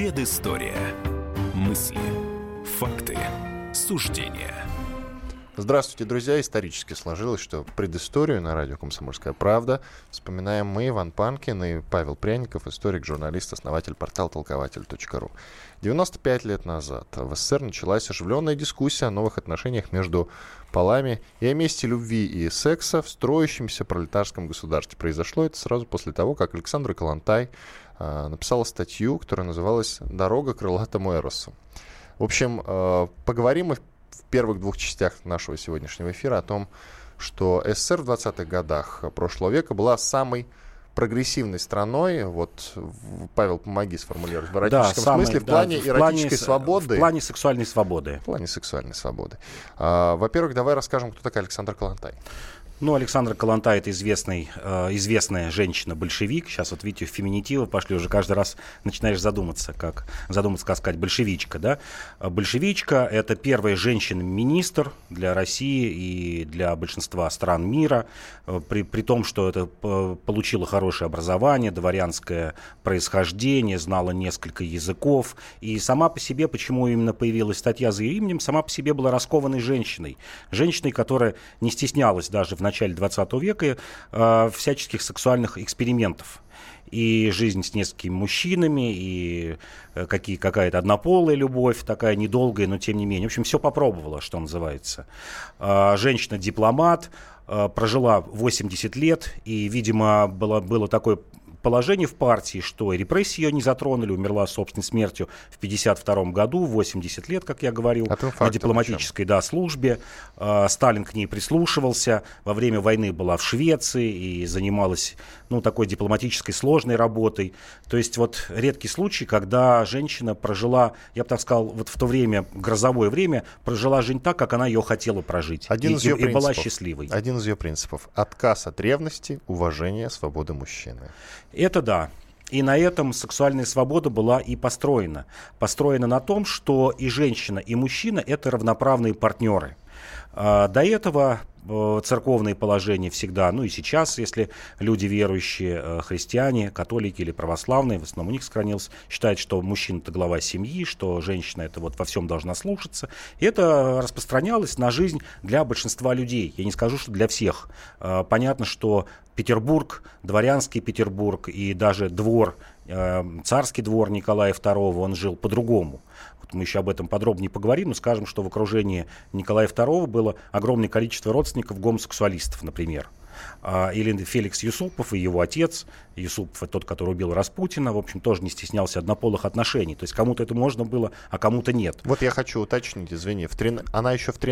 Предыстория. Мысли, факты, суждения. Здравствуйте, друзья. Исторически сложилось, что предысторию на радио «Комсомольская правда» вспоминаем мы, Иван Панкин и Павел Пряников, историк, журналист, основатель портала толкователь.ру. 95 лет назад в СССР началась оживленная дискуссия о новых отношениях между полами и о месте любви и секса в строящемся пролетарском государстве. Произошло это сразу после того, как Александра Коллонтай написала статью, которая называлась «Дорога к крылатому Эросу». В общем, поговорим мы в первых двух частях нашего сегодняшнего эфира о том, что СССР в 20-х годах прошлого века была самой прогрессивной страной. Вот, Павел, помоги сформулировать в эротическом смысле, в плане эротической свободы. В плане сексуальной свободы. В плане сексуальной свободы. Во-первых, давай расскажем, кто такая Александра Коллонтай. Александра Коллонтай — это известная женщина-большевик. Сейчас вот видите, феминитивы пошли, уже каждый раз начинаешь задуматься, как сказать большевичка, да? Большевичка — это первая женщина-министр для России и для большинства стран мира, при том, что это получила хорошее образование, дворянское происхождение, знала несколько языков. И сама по себе, почему именно появилась статья за ее именем, сама по себе была раскованной женщиной. Женщиной, которая не стеснялась даже в начале 20 века всяческих сексуальных экспериментов. И жизнь с несколькими мужчинами, и какая-то однополая любовь, такая недолгая, но тем не менее. В общем, все попробовала, что называется. Женщина-дипломат, прожила 80 лет, и, видимо, было такое положение в партии, что репрессии ее не затронули, умерла собственной смертью в 1952 году, 80 лет, как я говорил, на дипломатической службе. Сталин к ней прислушивался, во время войны была в Швеции и занималась такой дипломатической сложной работой. То есть вот редкий случай, когда женщина прожила, я бы так сказал, вот в то время, грозовое время, прожила жизнь так, как она ее хотела прожить. И была счастливой. Один из ее принципов — отказ от ревности, уважение, свободы мужчины. Это да. И на этом сексуальная свобода была и построена. Построена на том, что и женщина, и мужчина — это равноправные партнеры. До этого церковные положения всегда, и сейчас, если люди верующие, христиане, католики или православные, в основном у них сохранилось, считают, что мужчина — это глава семьи, что женщина — это вот во всем должна слушаться. И это распространялось на жизнь для большинства людей. Я не скажу, что для всех. Понятно, что Петербург, дворянский Петербург и даже двор, царский двор Николая II, он жил по-другому. Вот мы еще об этом подробнее поговорим, но скажем, что в окружении Николая II было огромное количество родственников гомосексуалистов, например. Или Феликс Юсупов и его отец. Юсупов — это тот, который убил Распутина, в общем, тоже не стеснялся однополых отношений. То есть кому-то это можно было, а кому-то нет. Вот я хочу уточнить, извини, она еще в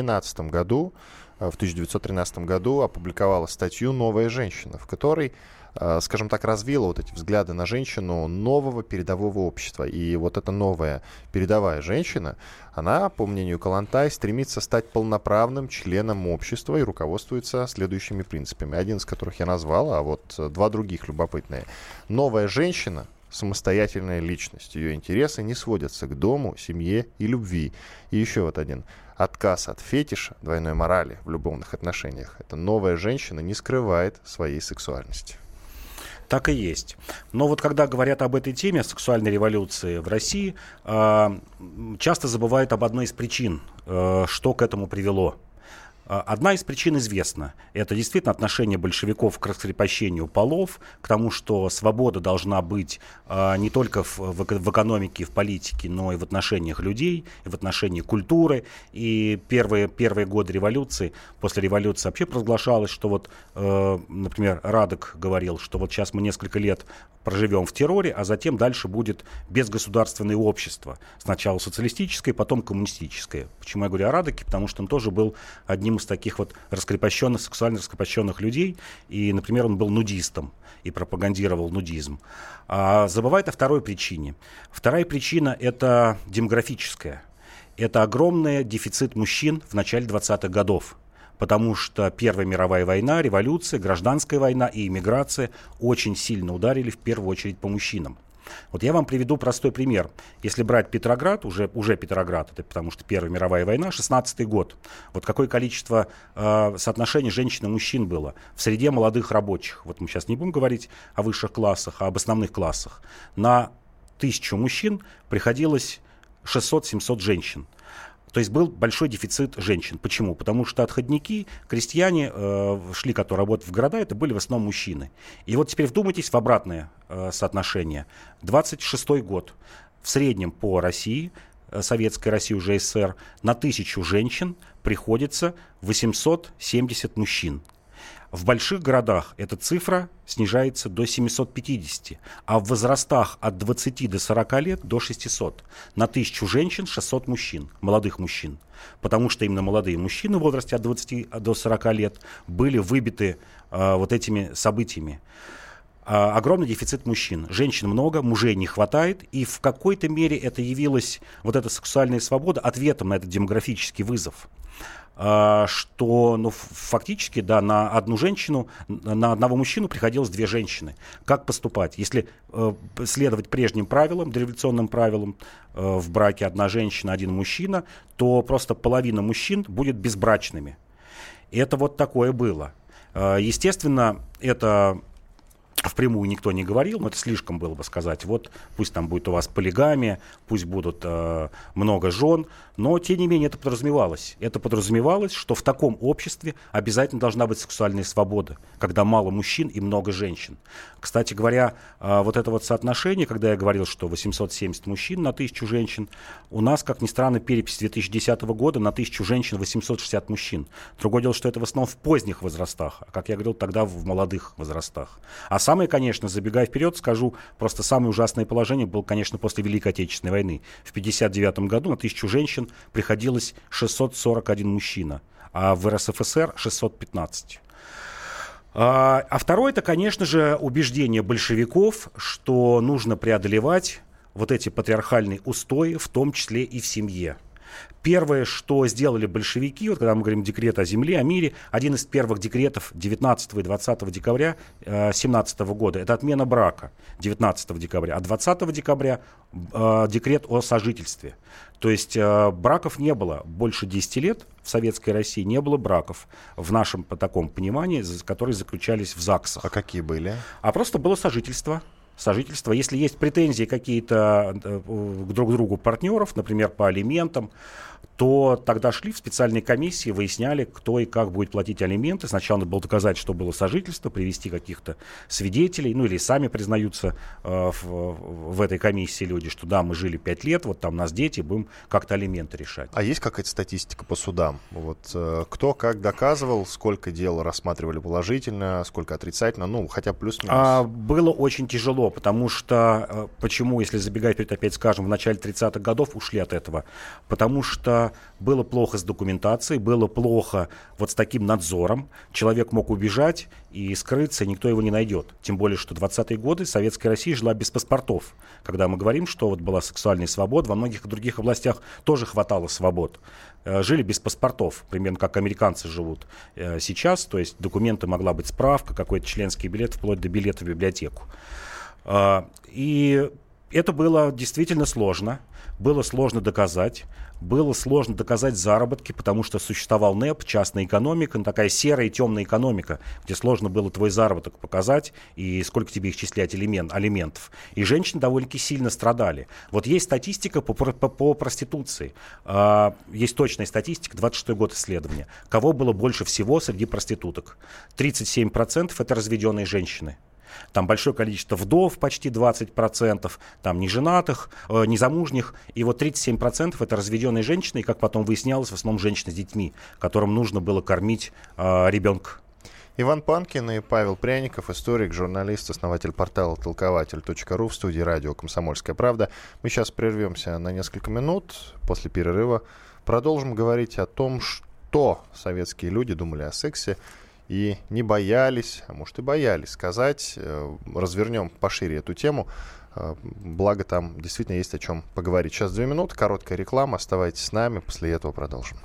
1913 году опубликовала статью «Новая женщина», в которой, скажем так, развила вот эти взгляды на женщину нового передового общества. И вот эта новая передовая женщина, она, по мнению Коллонтай, стремится стать полноправным членом общества и руководствуется следующими принципами, один из которых я назвал, а вот два других любопытные. Новая женщина — самостоятельная личность. Ее интересы не сводятся к дому, семье и любви. И еще вот один. Отказ от фетиша, двойной морали в любовных отношениях. Эта новая женщина не скрывает своей сексуальности. Так и есть. Но вот когда говорят об этой теме, о сексуальной революции в России, часто забывают об одной из причин, что к этому привело. Одна из причин известна. Это действительно отношение большевиков к раскрепощению полов, к тому, что свобода должна быть не только в экономике и в политике, но и в отношениях людей, и в отношении культуры. И первые годы революции, после революции вообще провозглашалось, что вот, например, Радек говорил, что вот сейчас мы несколько лет проживем в терроре, а затем дальше будет безгосударственное общество. Сначала социалистическое, потом коммунистическое. Почему я говорю о Радеке? Потому что он тоже был одним из таких вот раскрепощенных, сексуально раскрепощенных людей. И, например, он был нудистом и пропагандировал нудизм. А забывает о второй причине. Вторая причина — это демографическая. Это огромный дефицит мужчин в начале 20-х годов. Потому что Первая мировая война, революция, гражданская война и иммиграция очень сильно ударили в первую очередь по мужчинам. Вот я вам приведу простой пример. Если брать Петроград, уже Петроград, это потому что Первая мировая война, 16-й год. Вот какое количество соотношений женщин и мужчин было в среде молодых рабочих. Вот мы сейчас не будем говорить о высших классах, а об основных классах. На 1000 мужчин приходилось 600-700 женщин. То есть был большой дефицит женщин. Почему? Потому что отходники, крестьяне, шли, которые работают в города, это были в основном мужчины. И вот теперь вдумайтесь в обратное соотношение. 26-й год. В среднем по России, Советской России, уже СССР, на 1000 женщин приходится 870 мужчин. В больших городах эта цифра снижается до 750, а в возрастах от 20 до 40 лет до 600. На 1000 женщин 600 мужчин, молодых мужчин. Потому что именно молодые мужчины в возрасте от 20 до 40 лет были выбиты вот этими событиями. Огромный дефицит мужчин. Женщин много, мужей не хватает, и в какой-то мере это явилась, вот эта сексуальная свобода, ответом на этот демографический вызов. Что, фактически, да, на одну женщину, на одного мужчину приходилось 2 женщины. Как поступать? Если следовать прежним правилам, дореволюционным правилам, в браке 1 женщина, 1 мужчина, то просто половина мужчин будет безбрачными. И это вот такое было. Естественно, это впрямую никто не говорил, но это слишком было бы сказать, вот пусть там будет у вас полигамия, пусть будут много жен, но тем не менее это подразумевалось. Это подразумевалось, что в таком обществе обязательно должна быть сексуальная свобода, когда мало мужчин и много женщин. Кстати говоря, вот это вот соотношение, когда я говорил, что 870 мужчин на 1000 женщин, у нас, как ни странно, перепись 2010 года на 1000 женщин 860 мужчин. Другое дело, что это в основном в поздних возрастах, а, как я говорил, тогда в молодых возрастах. А самое, конечно, забегая вперед, скажу, просто самое ужасное положение было, конечно, после Великой Отечественной войны. В 1959 году на 1000 женщин приходилось 641 мужчина, а в РСФСР 615. А второе, это, конечно же, убеждение большевиков, что нужно преодолевать вот эти патриархальные устои, в том числе и в семье. Первое, что сделали большевики, вот когда мы говорим декрет о земле, о мире, один из первых декретов 19 и 20 декабря 1917 года, это отмена брака 19 декабря, а 20 декабря декрет о сожительстве. То есть браков не было больше 10 лет, в Советской России не было браков в нашем по таком понимании, которые заключались в ЗАГСах. А какие были? А просто было сожительство. Сожительство. Если есть претензии какие-то друг к другу партнеров, например, по алиментам, то тогда шли в специальные комиссии, выясняли, кто и как будет платить алименты. Сначала надо было доказать, что было сожительство, привести каких-то свидетелей, ну или сами признаются в этой комиссии люди, что да, мы жили 5 лет, вот там у нас дети, будем как-то алименты решать. А есть какая-то статистика по судам? Вот кто как доказывал, сколько дел рассматривали положительно, сколько отрицательно, ну хотя плюс-минус? Было очень тяжело, потому что, почему, если забегать вперед, опять скажем, в начале 30-х годов ушли от этого? Потому что было плохо с документацией, было плохо вот с таким надзором. Человек мог убежать и скрыться, и никто его не найдет. Тем более, что 20-е годы Советская Россия жила без паспортов. Когда мы говорим, что вот была сексуальная свобода, во многих других областях тоже хватало свобод. Жили без паспортов, примерно как американцы живут сейчас. То есть документы могла быть справка, какой-то членский билет, вплоть до билета в библиотеку. И это было действительно сложно. Было сложно доказать. Было сложно доказать заработки, потому что существовал НЭП, частная экономика, такая серая и темная экономика, где сложно было твой заработок показать и сколько тебе исчислять алиментов. И женщины довольно-таки сильно страдали. Вот есть статистика по проституции. Есть точная статистика, 26-й год исследования. Кого было больше всего среди проституток? 37% это разведенные женщины. Там большое количество вдов, почти 20%, там неженатых, незамужних, и вот 37% это разведенные женщины, и, как потом выяснялось, в основном женщины с детьми, которым нужно было кормить ребенка. Иван Панкин и Павел Пряников, историк, журналист, основатель портала толкователь.ру в студии радио «Комсомольская правда». Мы сейчас прервемся на несколько минут, после перерыва продолжим говорить о том, что советские люди думали о сексе, и не боялись, а может и боялись сказать. Развернем пошире эту тему. Благо там действительно есть о чем поговорить. Сейчас 2 минуты, короткая реклама. Оставайтесь с нами, после этого продолжим.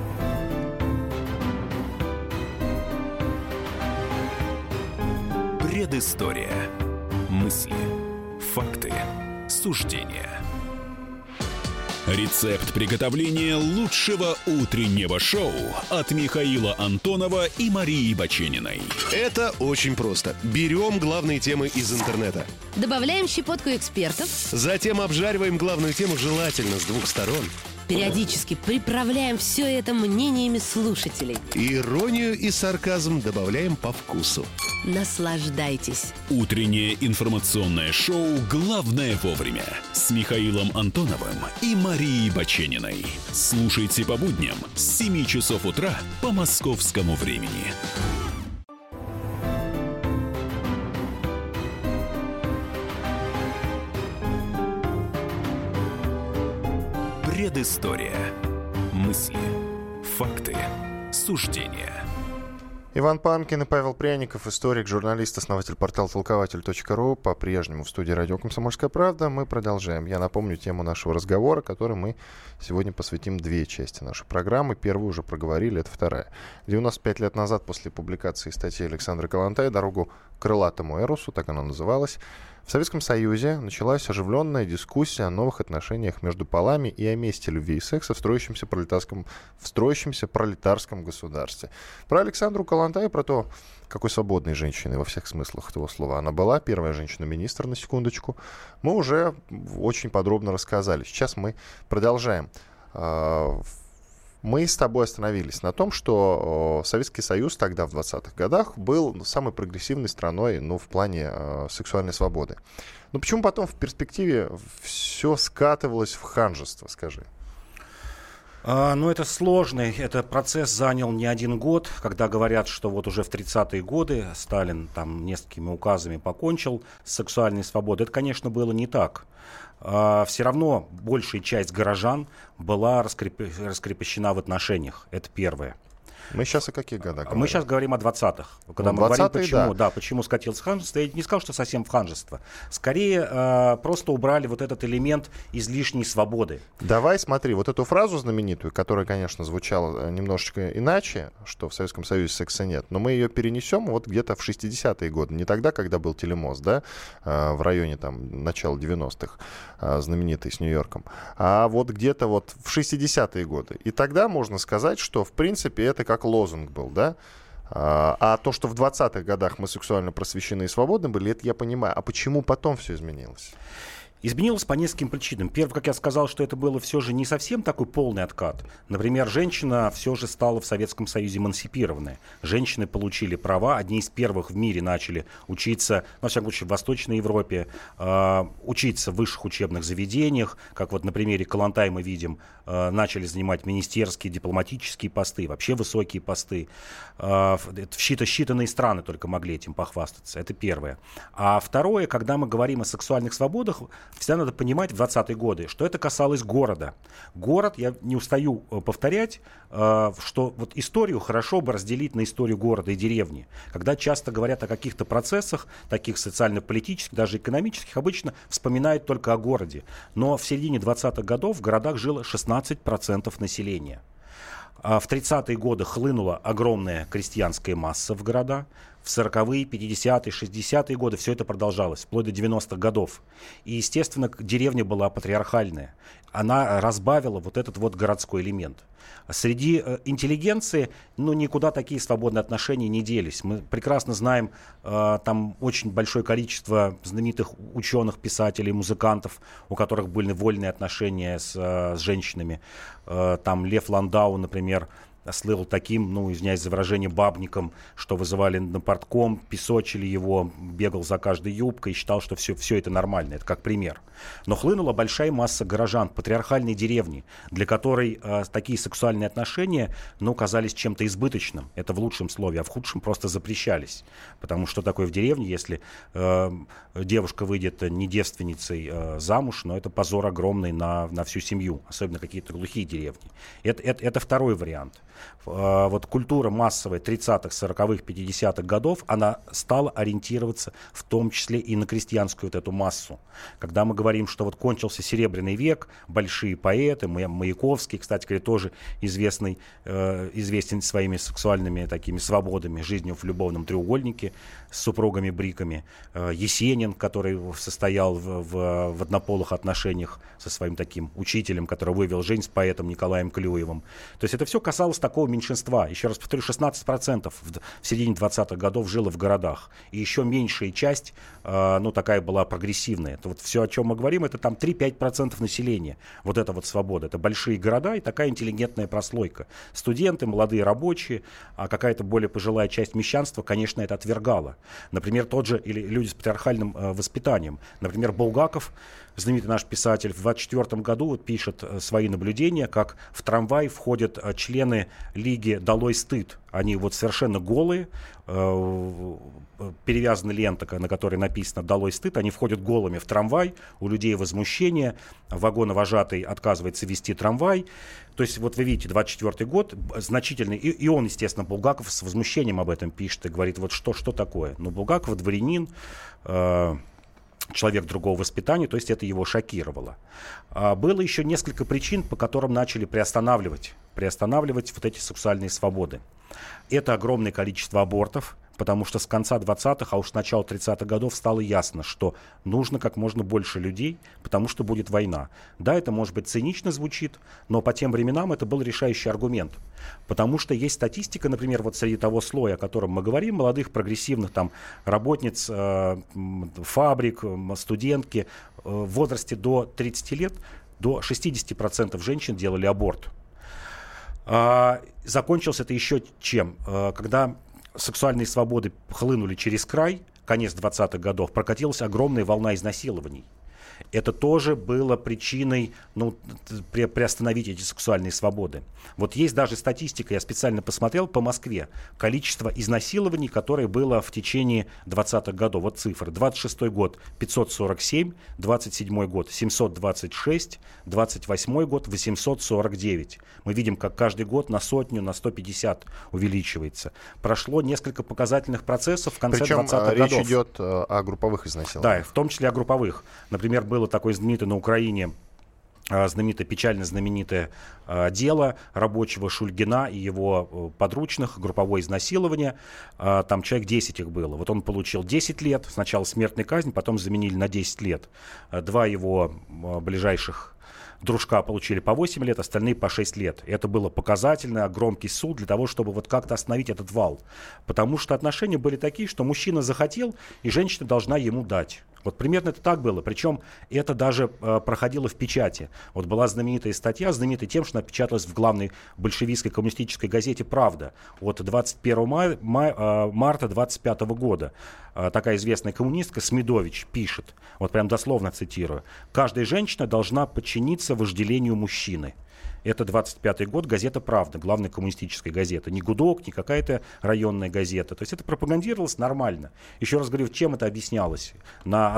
Предыстория. Мысли, факты, суждения. Рецепт приготовления лучшего утреннего шоу от Михаила Антонова и Марии Бачениной. Это очень просто. Берем главные темы из интернета. Добавляем щепотку экспертов. Затем обжариваем главную тему желательно с двух сторон. Периодически приправляем все это мнениями слушателей. Иронию и сарказм добавляем по вкусу. Наслаждайтесь. Утреннее информационное шоу «Главное вовремя» с Михаилом Антоновым и Марией Бачениной. Слушайте по будням с 7 часов утра по московскому времени. Предыстория. Мысли, факты, суждения. Иван Панкин и Павел Пряников, историк, журналист, основатель портала толкователь.ру, по-прежнему в студии радио «Комсомольская правда». Мы продолжаем. Я напомню тему нашего разговора, которой мы сегодня посвятим две части нашей программы. Первую уже проговорили, это вторая. 95 лет назад, после публикации статьи Александра Каллантая «Дорогу к крылатому Эросу», так она называлась, в Советском Союзе началась оживленная дискуссия о новых отношениях между полами и о месте любви и секса в строящемся пролетарском государстве. Про Александру Каллантаю, про то, какой свободной женщиной во всех смыслах этого слова она была, первая женщина-министр, на секундочку, мы уже очень подробно рассказали. Сейчас мы продолжаем. Мы с тобой остановились на том, что Советский Союз тогда, в 20-х годах, был самой прогрессивной страной, в плане сексуальной свободы. Но почему потом в перспективе все скатывалось в ханжество, скажи? Это сложный, этот процесс занял не один год, когда говорят, что вот уже в 30-е годы Сталин там несколькими указами покончил с сексуальной свободой. Это, конечно, было не так. Все равно большая часть горожан была раскрепощена в отношениях. Это первое. Мы сейчас о каких годах говорим? Мы сейчас говорим о 20-х. Когда мы говорим, почему, почему скатилось в ханжество, я не сказал, что совсем в ханжество. Скорее, просто убрали вот этот элемент излишней свободы. Давай смотри, вот эту фразу знаменитую, которая, конечно, звучала немножечко иначе, что в Советском Союзе секса нет, но мы ее перенесем вот где-то в 60-е годы. Не тогда, когда был телемост, да, в районе там начала 90-х, знаменитый с Нью-Йорком, а вот где-то вот в 60-е годы. И тогда можно сказать, что, в принципе, это как лозунг был, да? А то, что в 20-х годах мы сексуально просвещены и свободны были, это я понимаю. А почему потом все изменилось? Изменилось по нескольким причинам. Первое, как я сказал, что это было все же не совсем такой полный откат. Например, женщина все же стала в Советском Союзе эмансипированной. Женщины получили права, одни из первых в мире начали учиться, во всяком случае, в Восточной Европе, учиться в высших учебных заведениях, как вот на примере Каллантая мы видим, начали занимать министерские, дипломатические посты, вообще высокие посты. Считанные страны только могли этим похвастаться. Это первое. А второе, когда мы говорим о сексуальных свободах, всегда надо понимать в 20-е годы, что это касалось города. Город, я не устаю повторять, что вот историю хорошо бы разделить на историю города и деревни. Когда часто говорят о каких-то процессах, таких социально-политических, даже экономических, обычно вспоминают только о городе. Но в середине 20-х годов в городах жило 16% населения. В 30-е годы хлынула огромная крестьянская масса в города. В 40-е, 50-е, 60-е годы все это продолжалось, вплоть до 90-х годов. И, естественно, деревня была патриархальная. Она разбавила вот этот вот городской элемент. Среди интеллигенции, никуда такие свободные отношения не делись. Мы прекрасно знаем, там очень большое количество знаменитых ученых, писателей, музыкантов, у которых были вольные отношения с женщинами. Там Лев Ландау, например, слыл таким, извиняюсь за выражение, бабником, что вызывали на партком, песочили его, бегал за каждой юбкой и считал, что все это нормально. Это как пример. Но хлынула большая масса горожан, патриархальной деревни, для которой такие сексуальные отношения, казались чем-то избыточным. Это в лучшем слове, а в худшем просто запрещались. Потому что такое в деревне, если девушка выйдет не девственницей замуж, это позор огромный на всю семью, особенно какие-то глухие деревни. Это второй вариант. Вот культура массовая 30-х, 40-х, 50-х годов, она стала ориентироваться в том числе и на крестьянскую вот эту массу. Когда мы говорим, что вот кончился Серебряный век, большие поэты, Маяковский, кстати говоря, тоже известен своими сексуальными такими свободами, жизнью в любовном треугольнике с супругами-бриками, Есенин, который состоял в однополых отношениях со своим таким учителем, который вывел жизнь с поэтом Николаем Клюевым. То есть это все касалось такого меньшинства. Еще раз повторю, 16% в середине 20-х годов жило в городах. И еще меньшая часть, такая была прогрессивная. Это вот все, о чем мы говорим, это там 3-5% населения. Вот это вот свобода. Это большие города и такая интеллигентная прослойка. Студенты, молодые рабочие, а какая-то более пожилая часть мещанства, конечно, это отвергала. Например, тот же, или люди с патриархальным воспитанием. Например, Булгаков, знаменитый наш писатель, в 1924 году вот пишет свои наблюдения, как в трамвай входят члены Лиги «Долой стыд». Они вот совершенно голые, перевязана лента, на которой написано «Долой стыд». Они входят голыми в трамвай, у людей возмущение, вагоновожатый отказывается вести трамвай. То есть вот вы видите, 24-й год значительный, и он, естественно, Булгаков с возмущением об этом пишет и говорит, вот что такое? Ну, Булгаков дворянин, человек другого воспитания, то есть это его шокировало. Было еще несколько причин, по которым начали приостанавливать вот эти сексуальные свободы. Это огромное количество абортов, потому что с конца 20-х, а уж с начала 30-х годов стало ясно, что нужно как можно больше людей, потому что будет война. Да, это, может быть, цинично звучит, но по тем временам это был решающий аргумент. Потому что есть статистика, например, вот среди того слоя, о котором мы говорим, молодых прогрессивных там работниц, фабрик, студентки, в возрасте до 30 лет до 60% женщин делали аборт. Закончилось это еще чем? Когда сексуальные свободы хлынули через край, конец 20-х годов, прокатилась огромная волна изнасилований. Это тоже было причиной приостановить эти сексуальные свободы. Вот есть даже статистика, я специально посмотрел по Москве, количество изнасилований, которое было в течение 20-х годов. Вот цифры. 26-й год 547, 27-й год 726, 28-й год 849. Мы видим, как каждый год на сотню, на 150 увеличивается. Прошло несколько показательных процессов в конце 20-х годов. Речь идет о групповых изнасилованиях. Да, в том числе о групповых. Например, было такое знаменитое на Украине, печально знаменитое дело рабочего Шульгина и его подручных, групповое изнасилование. Там человек 10 их было. Вот он получил 10 лет, сначала смертная казнь, потом заменили на 10 лет. Два его ближайших дружка получили по 8 лет, остальные по 6 лет. Это было показательно, громкий суд для того, чтобы вот как-то остановить этот вал. Потому что отношения были такие, что мужчина захотел, и женщина должна ему дать. Вот примерно это так было. Причем это даже проходило в печати. Вот была знаменитая статья, знаменитая тем, что она печаталась в главной большевистской коммунистической газете «Правда» от 21 марта 25 года. Такая известная коммунистка Смедович пишет, вот прям дословно цитирую: «Каждая женщина должна подчиниться вожделению мужчины». Это 25-й год, газета «Правда», главная коммунистическая газета. Не «Гудок», не какая-то районная газета. То есть это пропагандировалось нормально. Еще раз говорю, чем это объяснялось? На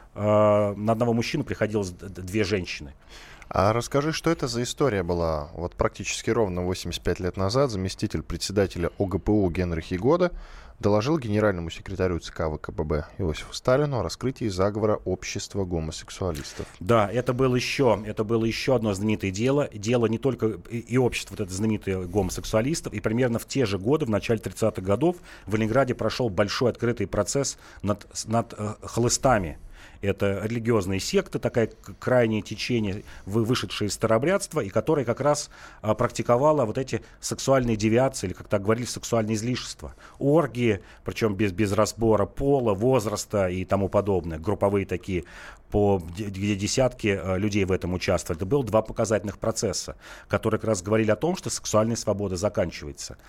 одного мужчину приходилось две женщины. А расскажи, что это за история была? Вот практически ровно 85 лет назад заместитель председателя ОГПУ Генрих Ягода доложил генеральному секретарю ЦК ВКПБ Иосифу Сталину о раскрытии заговора общества гомосексуалистов. Да, это было еще одно знаменитое дело. Дело не только и общество, вот это знаменитое гомосексуалистов. И примерно в те же годы, в начале 30-х годов, в Ленинграде прошел большой открытый процесс над хлыстами. Это религиозные секты, такое крайнее течение, вышедшее из старообрядства, и которое как раз практиковало вот эти сексуальные девиации, или, как так говорили, сексуальные излишества. Оргии, причем без разбора пола, возраста и тому подобное, групповые такие, где десятки людей в этом участвовали. Это было два показательных процесса, которые как раз говорили о том, что сексуальная свобода заканчивается.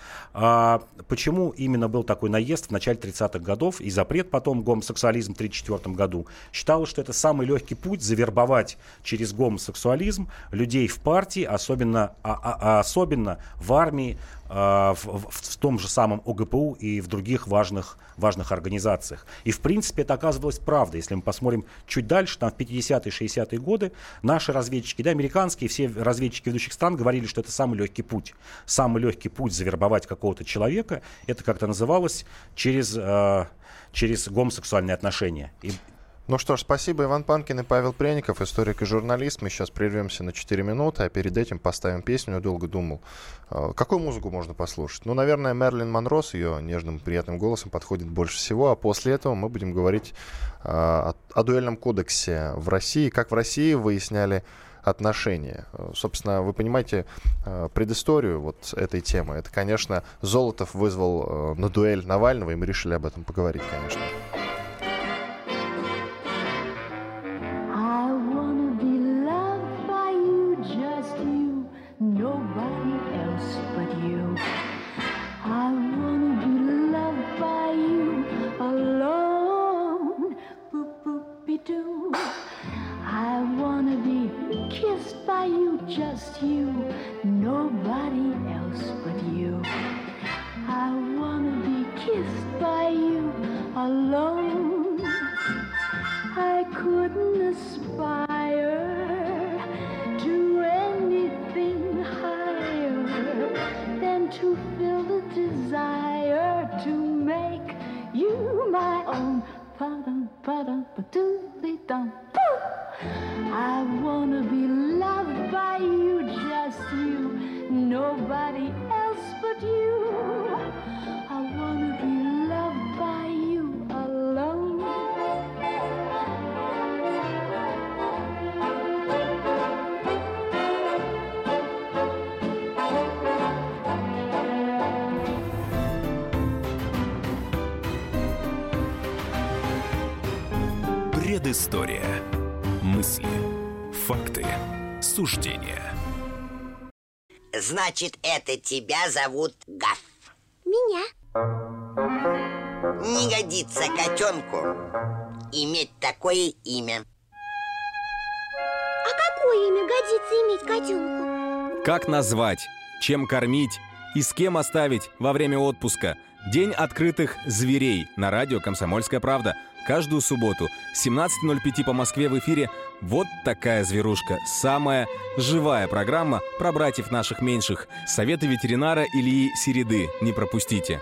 Почему именно был такой наезд в начале 30-х годов и запрет потом гомосексуализм в 1934 году? Считалось, что это самый легкий путь завербовать через гомосексуализм людей в партии, особенно в армии, в том же самом ОГПУ и в других важных организациях. И, в принципе, это оказывалось правдой. Если мы посмотрим чуть дальше, там в 50-е, 60-е годы наши разведчики, да, американские, все разведчики ведущих стран говорили, что это самый легкий путь. Самый легкий путь завербовать какого-то человека, это как-то называлось через гомосексуальные отношения. Ну что ж, спасибо. Иван Панкин и Павел Пряников, историк и журналист. Мы сейчас прервемся на 4 минуты, а перед этим поставим песню. Я долго думал, какую музыку можно послушать. Ну, наверное, Мэрилин Монро с ее нежным, приятным голосом подходит больше всего. А после этого мы будем говорить о дуэльном кодексе в России, как в России выясняли отношения. Собственно, вы понимаете предысторию вот этой темы. Это, конечно, Золотов вызвал на дуэль Навального, и мы решили об этом поговорить, конечно. Just you, nobody else but you. I wanna be kissed by you alone. I couldn't aspire to anything higher than to feel the desire to make you my own. I wanna be loved by you, just you, nobody else but you. I wanna be loved by you alone. Предыстория. Мысли, факты, суждения. Значит, это тебя зовут Гаф? Меня. Не годится котенку иметь такое имя. А какое имя годится иметь котенку? Как назвать, чем кормить и с кем оставить во время отпуска? День открытых зверей на радио «Комсомольская правда». Каждую субботу 17:05 по Москве в эфире «Вот такая зверушка». Самая живая программа про братьев наших меньших. Советы ветеринара Ильи Середы. Не пропустите.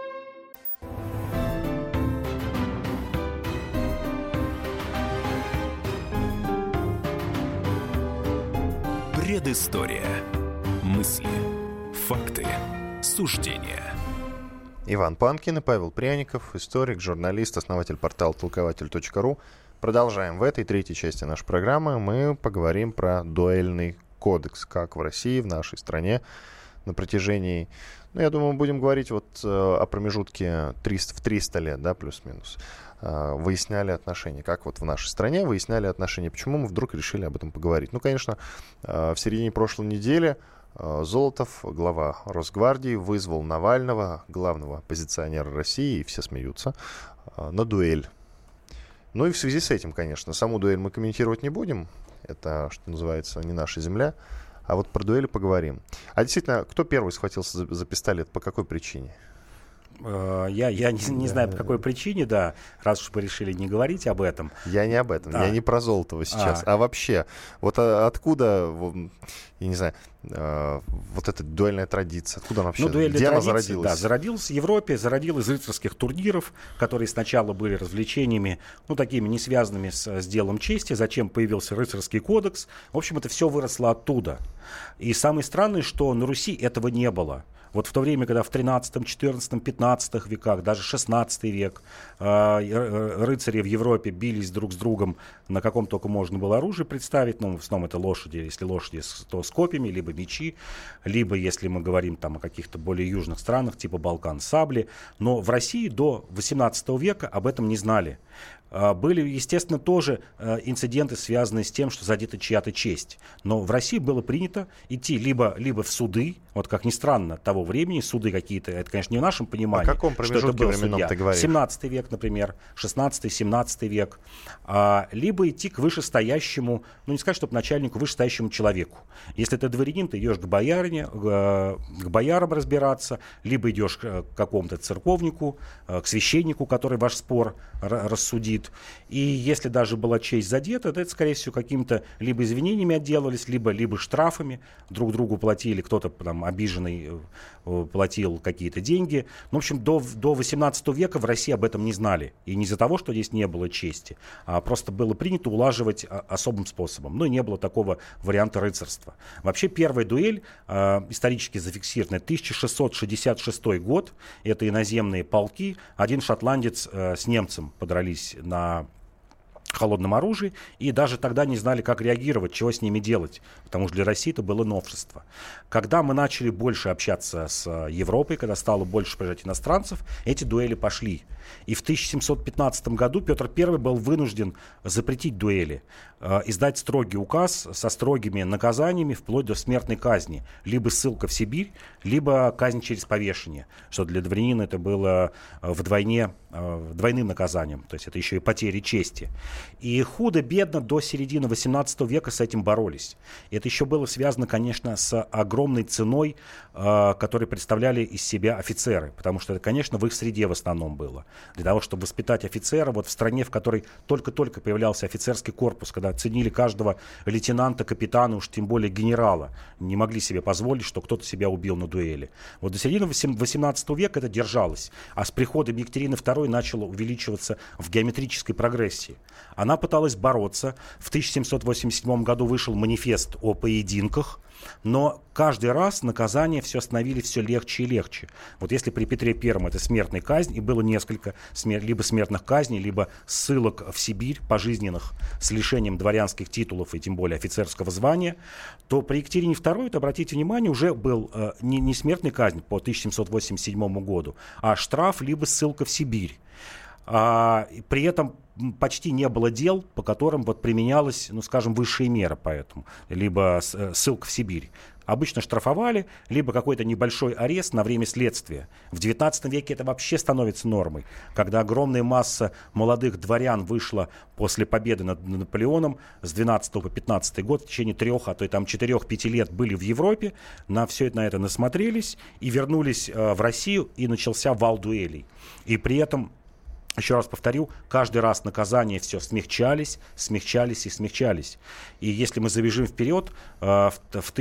Предыстория. Мысли, факты, суждения. Иван Панкин и Павел Пряников, историк, журналист, основатель портала толкователь.ру. Продолжаем. В этой третьей части нашей программы мы поговорим про дуэльный кодекс, как в России, в нашей стране на протяжении, я думаю, мы будем говорить вот о промежутке в 300 лет, да, плюс-минус, выясняли отношения, как вот в нашей стране выясняли отношения. Почему мы вдруг решили об этом поговорить? Ну, конечно, в середине прошлой недели Золотов, глава Росгвардии, вызвал Навального, главного оппозиционера России, и все смеются, на дуэль. Ну и в связи с этим, конечно, саму дуэль мы комментировать не будем. Это, что называется, не наша земля. А вот про дуэли поговорим. А действительно, кто первый схватился за пистолет? По какой причине? Я не знаю, по какой причине, да, раз уж мы решили не говорить об этом. Я не об этом, я не про Золотова сейчас, а вообще, вот откуда, я не знаю, вот эта дуэльная традиция, откуда она вообще, где она зародилась? Да, зародилась в Европе, зародилась из рыцарских турниров, которые сначала были развлечениями, такими не связанными с делом чести, зачем появился рыцарский кодекс. В общем, это все выросло оттуда. И самое странное, что на Руси этого не было. Вот в то время, когда в 13, 14, 15 веках, даже 16 век рыцари в Европе бились друг с другом, на каком только можно было оружие представить, в основном это лошади, если лошади, то с копьями, либо мечи, либо, если мы говорим там о каких-то более южных странах, типа Балкан, сабли. Но в России до 18 века об этом не знали. Были, естественно, тоже инциденты, связанные с тем, что задета чья-то честь. Но в России было принято идти либо в суды, вот как ни странно, того времени, суды какие-то, это, конечно, не в нашем понимании. О каком промежутке временном ты говоришь? 17 век, например, 16-17 век. Либо идти к вышестоящему, не сказать, чтобы начальнику, вышестоящему человеку. Если ты дворянин, ты идешь к боярине, к боярам разбираться, либо идешь к какому-то церковнику, к священнику, который ваш спор рассудит. И если даже была честь задета, то это, скорее всего, какими-то либо извинениями отделались, либо штрафами друг другу платили, кто-то там обиженный платил какие-то деньги. В общем, до 18 века в России об этом не знали. И не из-за того, что здесь не было чести, а просто было принято улаживать особым способом. И не было такого варианта рыцарства. Вообще, первая дуэль исторически зафиксирована 1666 год. Это иноземные полки. Один шотландец с немцем подрались на холодном оружии, и даже тогда не знали, как реагировать, чего с ними делать, потому что для России это было новшество. Когда мы начали больше общаться с Европой, когда стало больше приезжать иностранцев, эти дуэли пошли. И в 1715 году Петр I был вынужден запретить дуэли, издать строгий указ со строгими наказаниями вплоть до смертной казни. Либо ссылка в Сибирь, либо казнь через повешение, что для дворянина это было двойным наказанием, то есть это еще и потери чести. И худо-бедно до середины 18 века с этим боролись. И это еще было связано, конечно, с огромной ценой, которую представляли из себя офицеры, потому что это, конечно, в их среде в основном было. Для того, чтобы воспитать офицера, вот в стране, в которой только-только появлялся офицерский корпус, когда ценили каждого лейтенанта, капитана, уж тем более генерала, не могли себе позволить, что кто-то себя убил на дуэли. Вот до середины 18 века это держалось, а с приходом Екатерины II начало увеличиваться в геометрической прогрессии. Она пыталась бороться. В 1787 году вышел манифест о поединках, но каждый раз наказания все становились все легче и легче. Вот если при Петре I это смертная казнь, и было несколько либо смертных казней, либо ссылок в Сибирь пожизненных с лишением дворянских титулов и тем более офицерского звания, то при Екатерине II, это, обратите внимание, уже был не смертная казнь по 1787 году, а штраф либо ссылка в Сибирь. При этом почти не было дел, по которым применялась, скажем, высшая мера, поэтому либо ссылка в Сибирь. Обычно штрафовали, либо какой-то небольшой арест на время следствия. В XIX веке это вообще становится нормой. Когда огромная масса молодых дворян вышла после победы над Наполеоном с 12 по 15 год, в течение 3, а то и 4-5 лет были в Европе, на это насмотрелись и вернулись в Россию, и начался вал дуэлей. И при этом, еще раз повторю, каждый раз наказания все смягчались. И если мы забежим вперед, в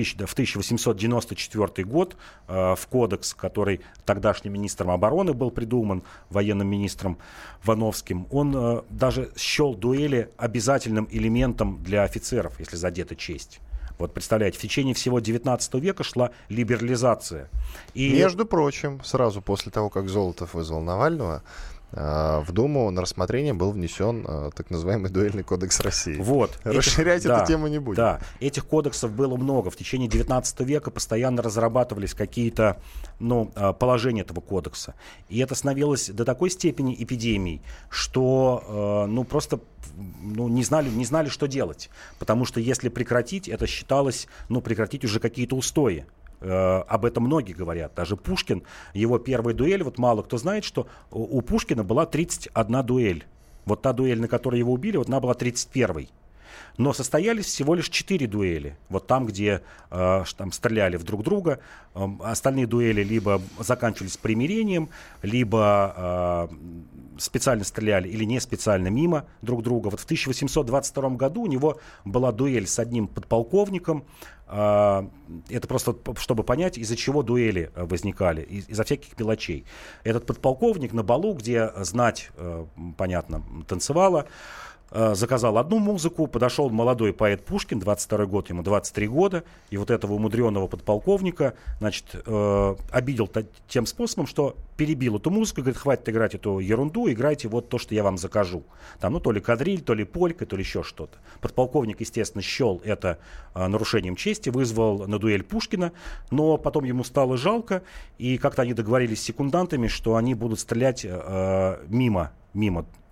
1894 год в кодекс, который тогдашним министром обороны был придуман, военным министром Вановским, он даже счел дуэли обязательным элементом для офицеров, если задета честь. Вот представляете, в течение всего 19 века шла либерализация. И... Между прочим, сразу после того, как Золотов вызвал Навального, в Думу на рассмотрение был внесен так называемый дуэльный кодекс России. Вот. Расширять эту тему не будем. Да, этих кодексов было много. В течение 19 века постоянно разрабатывались какие-то положения этого кодекса. И это становилось до такой степени эпидемией, что просто не знали, что делать. Потому что если прекратить, это считалось прекратить уже какие-то устои. Об этом многие говорят. Даже Пушкин, его первая дуэль, мало кто знает, что у Пушкина была 31 дуэль. Вот та дуэль, на которой его убили, она была 31-й. Но состоялись всего лишь 4 дуэли. Вот там, где там стреляли в друг друга. Остальные дуэли либо заканчивались примирением, либо специально стреляли или не специально мимо друг друга. Вот в 1822 году у него была дуэль с одним подполковником. Это просто, чтобы понять, из-за чего дуэли возникали, из-за всяких мелочей. Этот подполковник на балу, где знать, понятно, танцевала, заказал одну музыку, подошел молодой поэт Пушкин, 22 год, ему 23 года, и вот этого умудренного подполковника, обидел тем способом, что перебил эту музыку, говорит, хватит играть эту ерунду, играйте вот то, что я вам закажу. Там, то ли кадриль, то ли полька, то ли еще что-то. Подполковник, естественно, счел это нарушением чести, вызвал на дуэль Пушкина, но потом ему стало жалко, и как-то они договорились с секундантами, что они будут стрелять мимо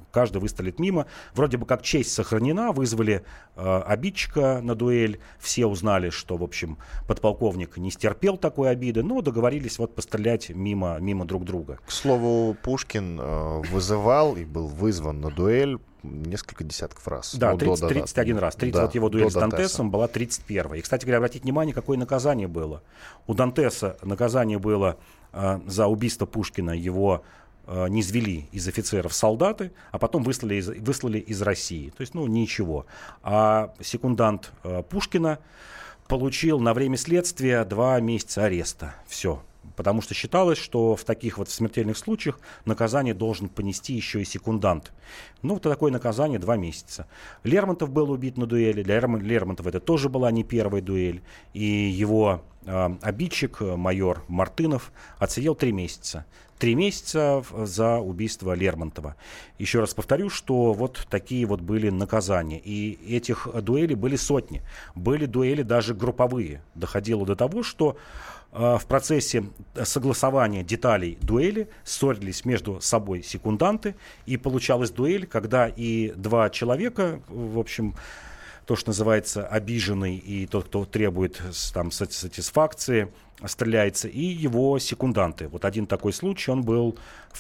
каждый выстрелит мимо. Вроде бы как честь сохранена, вызвали обидчика на дуэль. Все узнали, что, в общем, подполковник не стерпел такой обиды, но договорились вот пострелять мимо друг друга. К слову, Пушкин вызывал и был вызван на дуэль несколько десятков раз. Да, 31 раз. 30, вот его дуэль с Дантесом была 31-я. И, кстати говоря, обратите внимание, какое наказание было. У Дантеса наказание было за убийство Пушкина, его низвели из офицеров солдаты, а потом выслали из России. То есть, ничего. А секундант Пушкина получил на время следствия 2 месяца ареста. Все. Потому что считалось, что в таких вот смертельных случаях наказание должен понести еще и секундант. Вот такое наказание 2 месяца. Лермонтов был убит на дуэли. Для Лермонтова это тоже была не первая дуэль. И его обидчик, майор Мартынов, отсидел 3 месяца. 3 месяца за убийство Лермонтова. Еще раз повторю, что вот такие вот были наказания. И этих дуэлей были сотни. Были дуэли даже групповые. Доходило до того, что в процессе согласования деталей дуэли ссорились между собой секунданты. И получалась дуэль, когда и 2 человека, в общем, то, что называется обиженный, и тот, кто требует сатисфакции, стреляется, и его секунданты. Вот один такой случай, он был в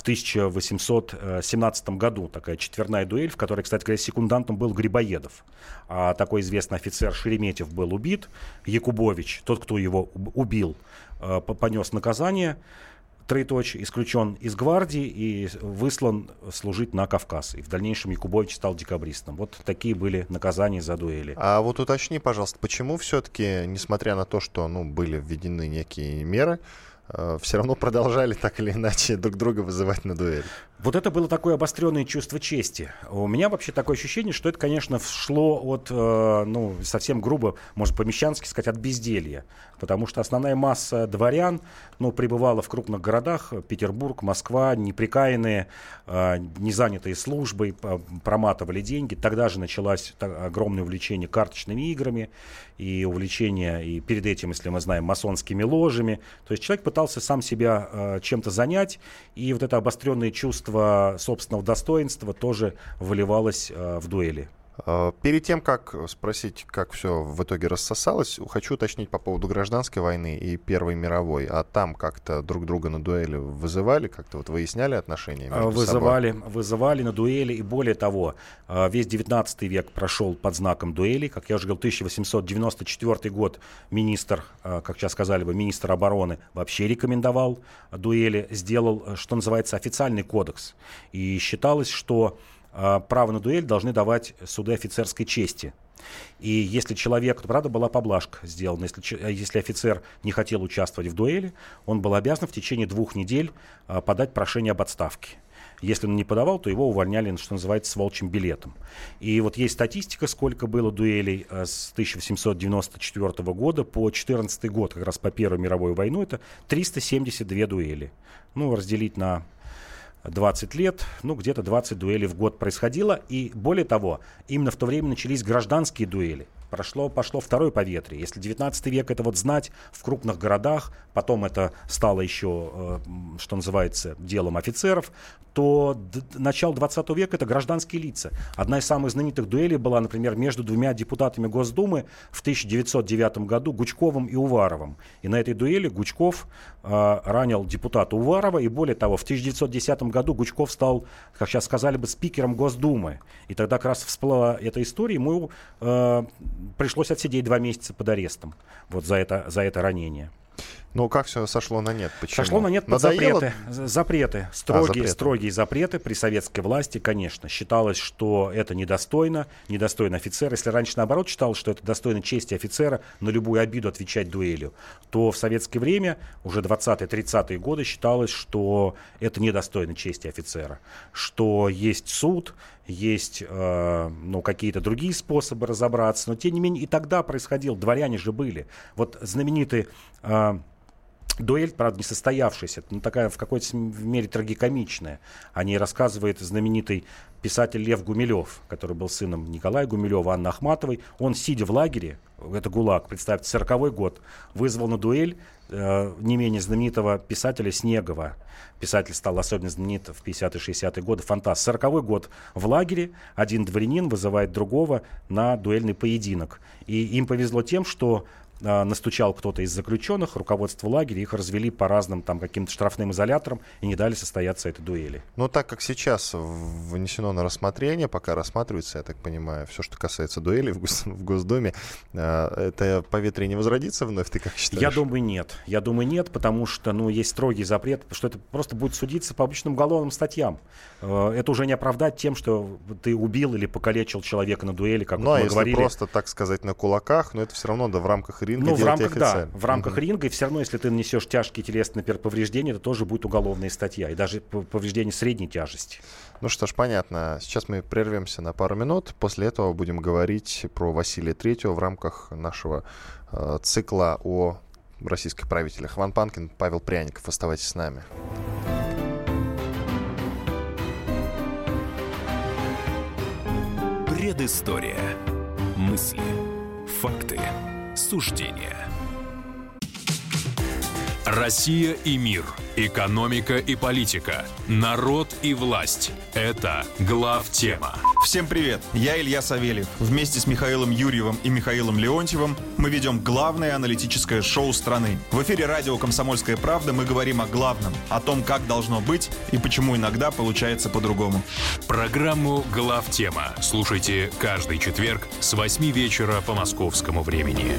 1817 году. Такая четверная дуэль, в которой, кстати говоря, секундантом был Грибоедов. А такой известный офицер Шереметьев был убит. Якубович, тот, кто его убил, понес наказание. Исключен из гвардии и выслан служить на Кавказ. И в дальнейшем Якубович стал декабристом. Вот такие были наказания за дуэли. А вот уточни, пожалуйста, почему все-таки, несмотря на то, что были введены некие меры, все равно продолжали так или иначе друг друга вызывать на дуэль? Вот это было такое обостренное чувство чести. У меня вообще такое ощущение, что это, конечно, шло от, совсем грубо, может, по-мещански сказать, от безделья. Потому что основная масса дворян, пребывала в крупных городах, Петербург, Москва, неприкаянные, не занятые службой, проматывали деньги. Тогда же началось огромное увлечение карточными играми и увлечение, и перед этим, если мы знаем, масонскими ложами. То есть человек пытался сам себя чем-то занять, и вот это обостренное чувство собственного достоинства тоже выливалось в дуэли. Перед тем, как спросить, как все в итоге рассосалось, хочу уточнить по поводу гражданской войны и Первой мировой. А там как-то друг друга на дуэли вызывали, как-то выясняли отношения между собой? Вызывали на дуэли, и более того, весь 19 век прошел под знаком дуэлей. Как я уже говорил, 1894 год министр, как сейчас сказали бы, министр обороны вообще рекомендовал дуэли, сделал, что называется, официальный кодекс. И считалось, что право на дуэль должны давать суды офицерской чести. И если человек, правда, была поблажка сделана, если офицер не хотел участвовать в дуэли, он был обязан в течение 2 недель подать прошение об отставке. Если он не подавал, то его увольняли, что называется, с волчьим билетом. И вот есть статистика, сколько было дуэлей с 1894 года по 2014 год, как раз по Первой мировой войне, это 372 дуэли. Разделить на 20 лет, где-то 20 дуэлей в год происходило. И более того, именно в то время начались гражданские дуэли. Пошло второе поветрие. Если 19 век это знать в крупных городах, потом это стало еще, что называется, делом офицеров, то начало 20 века это гражданские лица. Одна из самых знаменитых дуэлей была, например, между 2 депутатами Госдумы в 1909 году, Гучковым и Уваровым. И на этой дуэли Гучков ранил депутата Уварова, и более того, в 1910 году Гучков стал, как сейчас сказали бы, спикером Госдумы. И тогда как раз всплыла эта история, ему пришлось отсидеть 2 месяца под арестом за это ранение. Как все сошло на нет? Почему? Сошло на нет под запреты. Строгие запреты при советской власти, конечно. Считалось, что это недостойно офицера. Если раньше, наоборот, считалось, что это достойно чести офицера на любую обиду отвечать дуэлью, то в советское время, уже 20-30-е годы, считалось, что это недостойно чести офицера. Что есть суд, есть какие-то другие способы разобраться. Но, тем не менее, и тогда происходило. Дворяне же были. Вот знаменитый Дуэль, правда, не состоявшаяся, но такая в какой-то мере трагикомичная. О ней рассказывает знаменитый писатель Лев Гумилев, который был сыном Николая Гумилева, Анны Ахматовой. Он, сидя в лагере, это ГУЛАГ, представьте, 40-й год, вызвал на дуэль не менее знаменитого писателя Снегова. Писатель стал особенно знаменит в 50-е, 60-е годы, фантаст. 40-й год в лагере, один дворянин вызывает другого на дуэльный поединок. И им повезло тем, что настучал кто-то из заключенных, руководство лагеря, их развели по разным там каким-то штрафным изоляторам и не дали состояться этой дуэли. Но так как сейчас внесено на рассмотрение, пока рассматривается, я так понимаю, все, что касается дуэлей в Госдуме, это поветрие не возродится вновь, ты как считаешь? Я думаю, нет, потому что, есть строгий запрет, что это просто будет судиться по обычным уголовным статьям. Это уже не оправдать тем, что ты убил или покалечил человека на дуэли, как мы если говорили. Просто, так сказать, на кулаках, но это все равно в рамках ринга в рамках, официально. В рамках ринга, и все равно, если ты нанесешь тяжкие телесные повреждения, это тоже будет уголовная статья, и даже повреждение средней тяжести. Ну что ж, понятно. Сейчас мы прервемся на пару минут. После этого будем говорить про Василия III в рамках нашего цикла о российских правителях. Иван Панкин, Павел Пряников. Оставайтесь с нами. Предыстория. Мысли. Факты. Суждения. Россия и мир. Экономика и политика. Народ и власть. Это главтема. Всем привет, я Илья Савельев. Вместе с Михаилом Юрьевым и Михаилом Леонтьевым мы ведем главное аналитическое шоу страны. В эфире радио «Комсомольская правда» мы говорим о главном, о том, как должно быть и почему иногда получается по-другому. Программу «Главтема» слушайте каждый четверг с 8 вечера по московскому времени.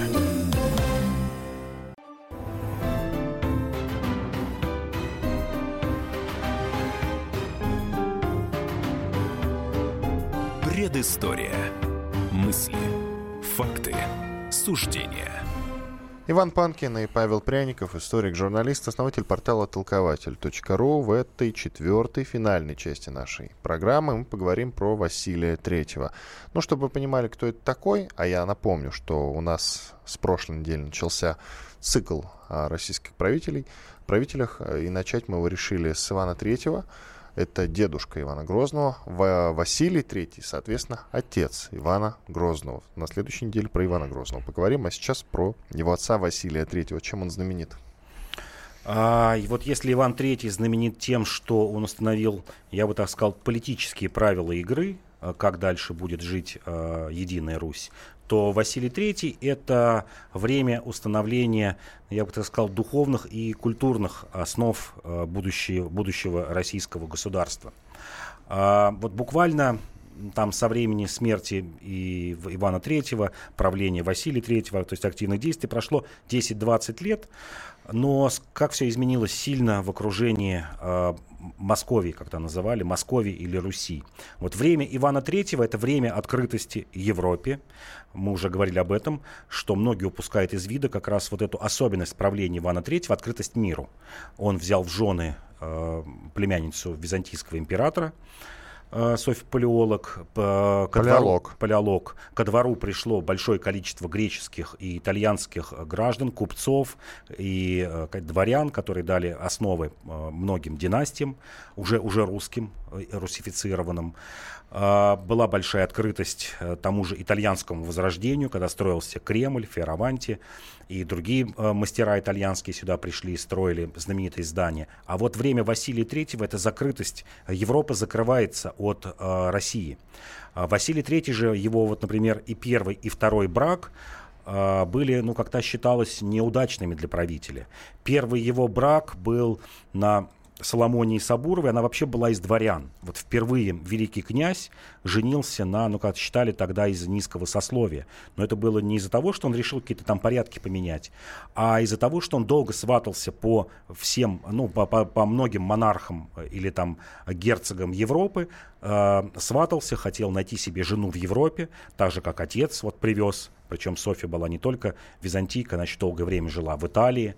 Предыстория. Мысли. Факты. Суждения. Иван Панкин и Павел Пряников, историк-журналист, основатель портала толкователь.ру. В этой четвертой, финальной части нашей программы мы поговорим про Василия III. Чтобы вы понимали, кто это такой, а я напомню, что у нас с прошлой недели начался цикл о российских правителях, и начать мы его решили с Ивана III. Это дедушка Ивана Грозного. Василий III, соответственно, отец Ивана Грозного. На следующей неделе про Ивана Грозного поговорим, а сейчас про его отца Василия III. Чем он знаменит? И вот если Иван III знаменит тем, что он установил, я бы так сказал, политические правила игры, как дальше будет жить Единая Русь, то Василий III — это время установления, я бы так сказал, духовных и культурных основ будущего российского государства. Вот буквально там со времени смерти Ивана III, правления Василия III, то есть активных действий, прошло 10-20 лет, но как все изменилось сильно в окружении Московии, как это называли, Московии или Руси. Вот время Ивана III — это время открытости Европе. Мы уже говорили об этом, что многие упускают из вида как раз вот эту особенность правления Ивана III, открытость миру. Он взял в жены племянницу византийского императора, Софья Палеолог. Палеолог. Ко двору пришло большое количество греческих и итальянских граждан, купцов и дворян, которые дали основы многим династиям, уже русским, русифицированным. Была большая открытость тому же итальянскому возрождению, когда строился Кремль, Фиораванти, и другие мастера итальянские сюда пришли и строили знаменитые здания. А вот время Василия III — это закрытость. Европа закрывается от России. Василий III же, его, например, и первый, и второй брак были, как-то считалось, неудачными для правителя. Первый его брак был на Соломонии Сабуровой, она вообще была из дворян. Вот впервые великий князь женился на, как считали тогда, из низкого сословия. Но это было не из-за того, что он решил какие-то там порядки поменять, а из-за того, что он долго сватался по всем, по многим монархам или там герцогам Европы, сватался, хотел найти себе жену в Европе, так же, как отец привез. Причем Софья была не только византийка, она еще долгое время жила в Италии.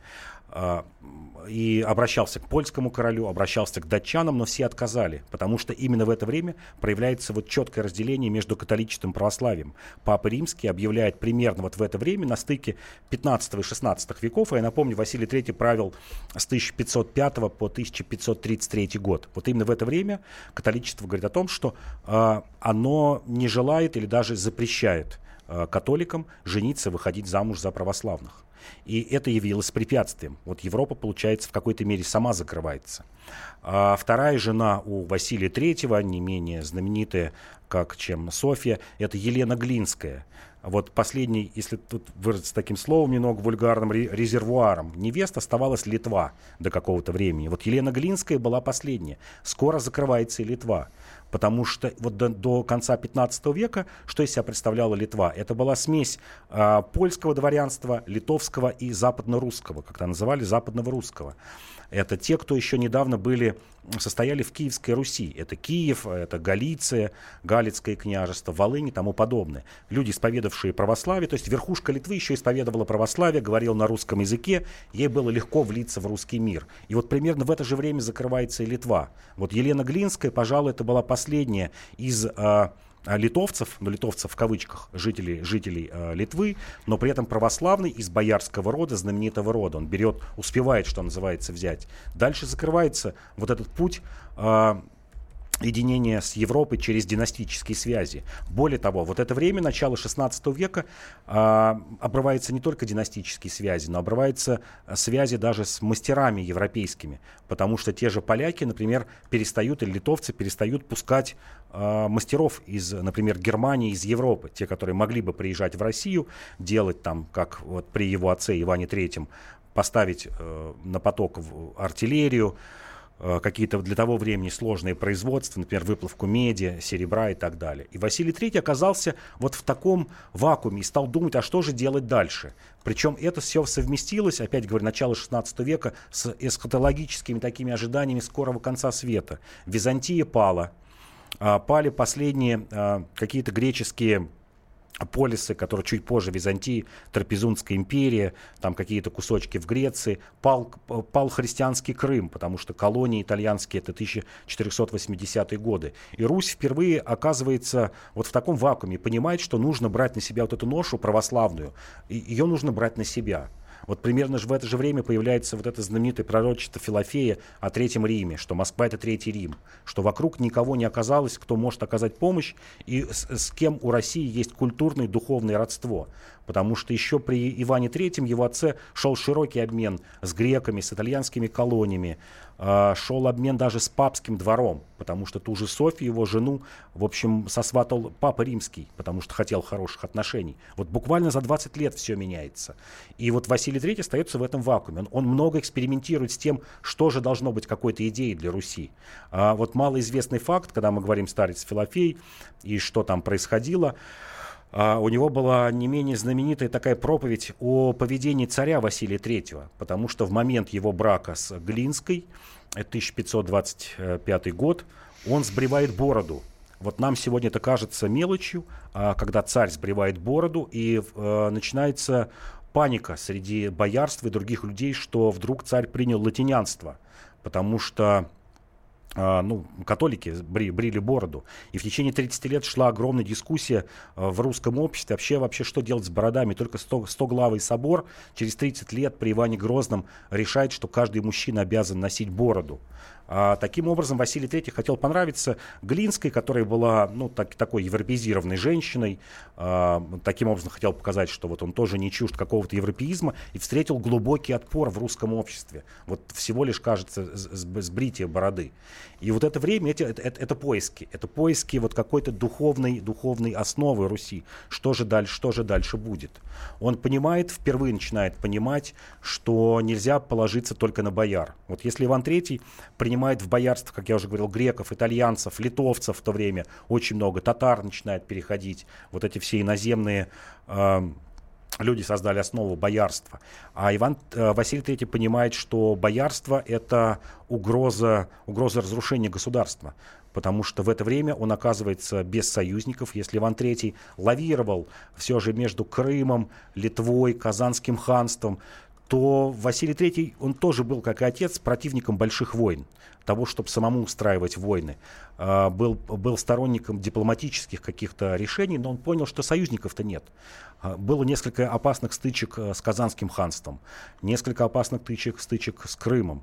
и обращался к польскому королю, обращался к датчанам, но все отказали, потому что именно в это время проявляется вот четкое разделение между католичеством и православием. Папа Римский объявляет примерно вот в это время, на стыке 15 и 16 веков, а я напомню, Василий III правил с 1505 по 1533 год. Вот именно в это время католичество говорит о том, что оно не желает или даже запрещает католикам жениться, выходить замуж за православных. И это явилось препятствием. Вот Европа, получается, в какой-то мере сама закрывается. А вторая жена у Василия III, не менее знаменитая, чем Софья, это Елена Глинская. Вот последний, если тут выразиться таким словом, немного вульгарным, резервуаром невест оставалась Литва до какого-то времени. Вот Елена Глинская была последняя. Скоро закрывается и Литва. Потому что вот до конца 15 века, что из себя представляла Литва? Это была смесь польского дворянства, литовского и западно-русского, как это называли, западного русского. Это те, кто еще недавно состояли в Киевской Руси. Это Киев, это Галиция, Галицкое княжество, Волынь и тому подобное. Люди, исповедовавшие православие, то есть верхушка Литвы еще исповедовала православие, говорила на русском языке, ей было легко влиться в русский мир. И вот примерно в это же время закрывается и Литва. Вот Елена Глинская, пожалуй, это была последняя из литовцев, ну литовцев в кавычках, жителей Литвы, но при этом православный из боярского рода, знаменитого рода. Он успевает, что называется, взять. Дальше закрывается вот этот путь единения с Европой через династические связи. Более того, вот это время, начало 16 века, обрываются не только династические связи, но обрываются связи даже с мастерами европейскими, потому что те же поляки, например, или литовцы перестают пускать мастеров из, например, Германии, из Европы, те, которые могли бы приезжать в Россию, делать там, как вот при его отце Иване III, поставить на поток артиллерию, какие-то для того времени сложные производства, например, выплавку меди, серебра и так далее. И Василий III оказался вот в таком вакууме и стал думать, а что же делать дальше. Причем это все совместилось, опять говорю, начало 16 века с эсхатологическими такими ожиданиями скорого конца света. Византия пала, пали последние какие-то греческие полисы, которые чуть позже Византии, Трапезунская империя, там какие-то кусочки в Греции, пал христианский Крым, потому что колонии итальянские, это 1480-е годы. И Русь впервые оказывается вот в таком вакууме, понимает, что нужно брать на себя вот эту ношу православную, и ее нужно брать на себя. Вот примерно в это же время появляется вот это знаменитое пророчество Филофея о Третьем Риме, что Москва — это Третий Рим, что вокруг никого не оказалось, кто может оказать помощь, и с кем у России есть культурное и духовное родство. Потому что еще при Иване III, его отце, шел широкий обмен с греками, с итальянскими колониями, шел обмен даже с папским двором, потому что ту же Софью, его жену, в общем, сосватал Папа Римский, потому что хотел хороших отношений. Вот буквально за 20 лет все меняется. И вот Василий III остается в этом вакууме. Он много экспериментирует с тем, что же должно быть какой-то идеей для Руси. Вот малоизвестный факт, когда мы говорим «Старец Филофей» и что там происходило, у него была не менее знаменитая такая проповедь о поведении царя Василия III, потому что в момент его брака с Глинской, это 1525 год, он сбривает бороду. Вот нам сегодня это кажется мелочью, когда царь сбривает бороду, и начинается паника среди боярства и других людей, что вдруг царь принял латинянство, потому что католики брили бороду. И в течение 30 лет шла огромная дискуссия в русском обществе. Вообще, что делать с бородами? Только 100-главый собор через 30 лет при Иване Грозном решает, что каждый мужчина обязан носить бороду. Таким образом, Василий III хотел понравиться Глинской, которая была такой европеизированной женщиной. Таким образом, хотел показать, что вот он тоже не чужд какого-то европеизма, и встретил глубокий отпор в русском обществе. Вот всего лишь, кажется, сбритие бороды. И вот это время, это поиски. Это поиски вот какой-то духовной основы Руси. Что же дальше будет? Он впервые начинает понимать, что нельзя положиться только на бояр. Вот если Иван III принимает в боярство, как я уже говорил, греков, итальянцев, литовцев в то время, очень много татар начинает переходить, вот эти все иноземные люди создали основу боярства. А Василий III понимает, что боярство — это угроза разрушения государства. Потому что в это время он оказывается без союзников. Если Иван III лавировал все же между Крымом, Литвой, Казанским ханством, то Василий III, он тоже был, как и отец, противником больших войн, того, чтобы самому устраивать войны. Был сторонником дипломатических каких-то решений, но он понял, что союзников-то нет. Было несколько опасных стычек с Казанским ханством, несколько опасных стычек с Крымом.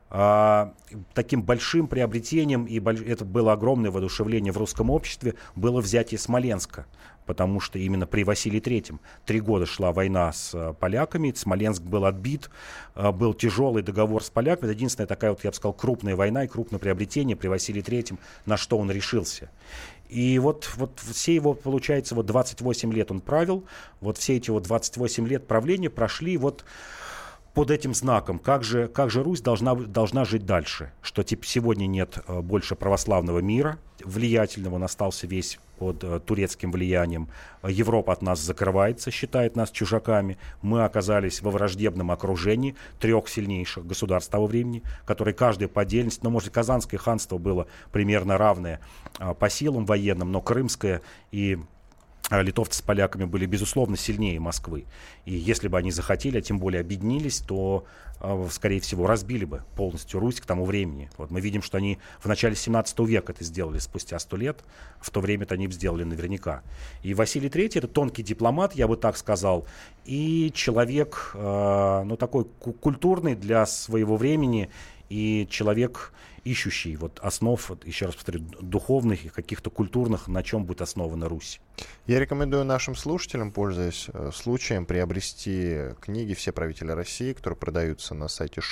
Таким большим приобретением, и это было огромное воодушевление в русском обществе, было взятие Смоленска. Потому что именно при Василии III 3 года шла война с поляками, Смоленск был отбит, был тяжелый договор с поляками. Это единственная такая, я бы сказал, крупная война и крупное приобретение при Василии III, на что он решился. И вот все его, получается, 28 лет он правил, все эти 28 лет правления прошли под этим знаком, как же Русь должна жить дальше, что сегодня нет больше православного мира влиятельного, он остался весь под турецким влиянием, Европа от нас закрывается, считает нас чужаками, мы оказались во враждебном окружении 3 сильнейших государств того времени, которые каждое по отдельности, может, Казанское ханство было примерно равное по силам военным, но Крымское и литовцы с поляками были, безусловно, сильнее Москвы. И если бы они захотели, а тем более объединились, то, скорее всего, разбили бы полностью Русь к тому времени. Мы видим, что они в начале 17 века это сделали спустя 100 лет. В то время это они бы сделали наверняка. И Василий III — это тонкий дипломат, я бы так сказал, и человек, такой культурный для своего времени, и человек, ищущий основ, еще раз повторю, духовных и каких-то культурных, на чем будет основана Русь. Я рекомендую нашим слушателям, пользуясь случаем, приобрести книги «Все правители России», которые продаются на сайте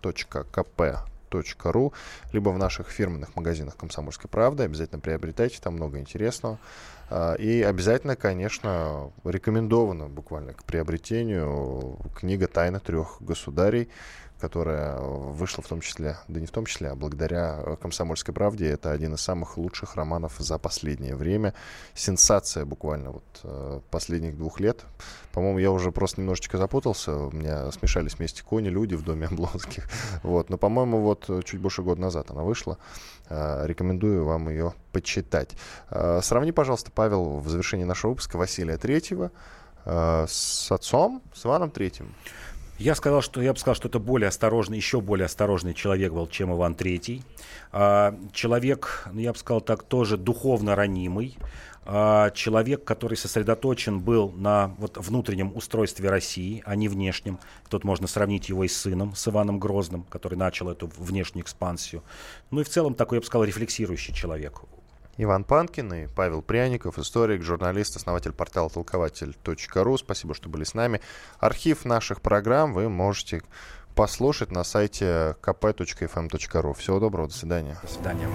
shop.kp.ru, либо в наших фирменных магазинах «Комсомольской правды». Обязательно приобретайте, там много интересного. И обязательно, конечно, рекомендована буквально к приобретению книга «Тайна 3 государей», которая вышла в том числе, да не в том числе, а благодаря «Комсомольской правде». Это один из самых лучших романов за последнее время. Сенсация буквально последних 2 лет. По-моему, я уже просто немножечко запутался. У меня смешались вместе кони, люди в доме Облонских. Но, по-моему, чуть больше года назад она вышла. Рекомендую вам ее почитать. Сравни, пожалуйста, Павел, в завершении нашего выпуска Василия III с отцом, с Иваном III. Я бы сказал, что это еще более осторожный человек был, чем Иван III. Человек, я бы сказал так, тоже духовно ранимый. Человек, который сосредоточен был на внутреннем устройстве России, а не внешнем. Тут можно сравнить его и с сыном, с Иваном Грозным, который начал эту внешнюю экспансию. И в целом такой, я бы сказал, рефлексирующий человек. Иван Панкин и Павел Пряников, историк, журналист, основатель портала толкователь.ру. Спасибо, что были с нами. Архив наших программ вы можете послушать на сайте kp.fm.ru. Всего доброго, до свидания. До свидания.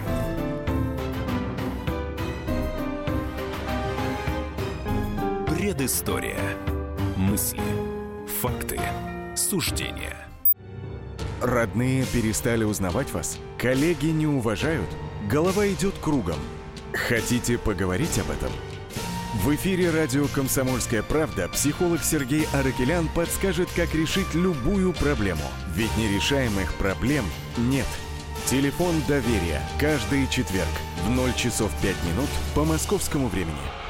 Предыстория. Мысли, факты, суждения. Родные перестали узнавать вас? Коллеги не уважают? Голова идет кругом. Хотите поговорить об этом? В эфире радио «Комсомольская правда» психолог Сергей Аракелян подскажет, как решить любую проблему. Ведь нерешаемых проблем нет. Телефон доверия. Каждый четверг в 0 часов 5 минут по московскому времени.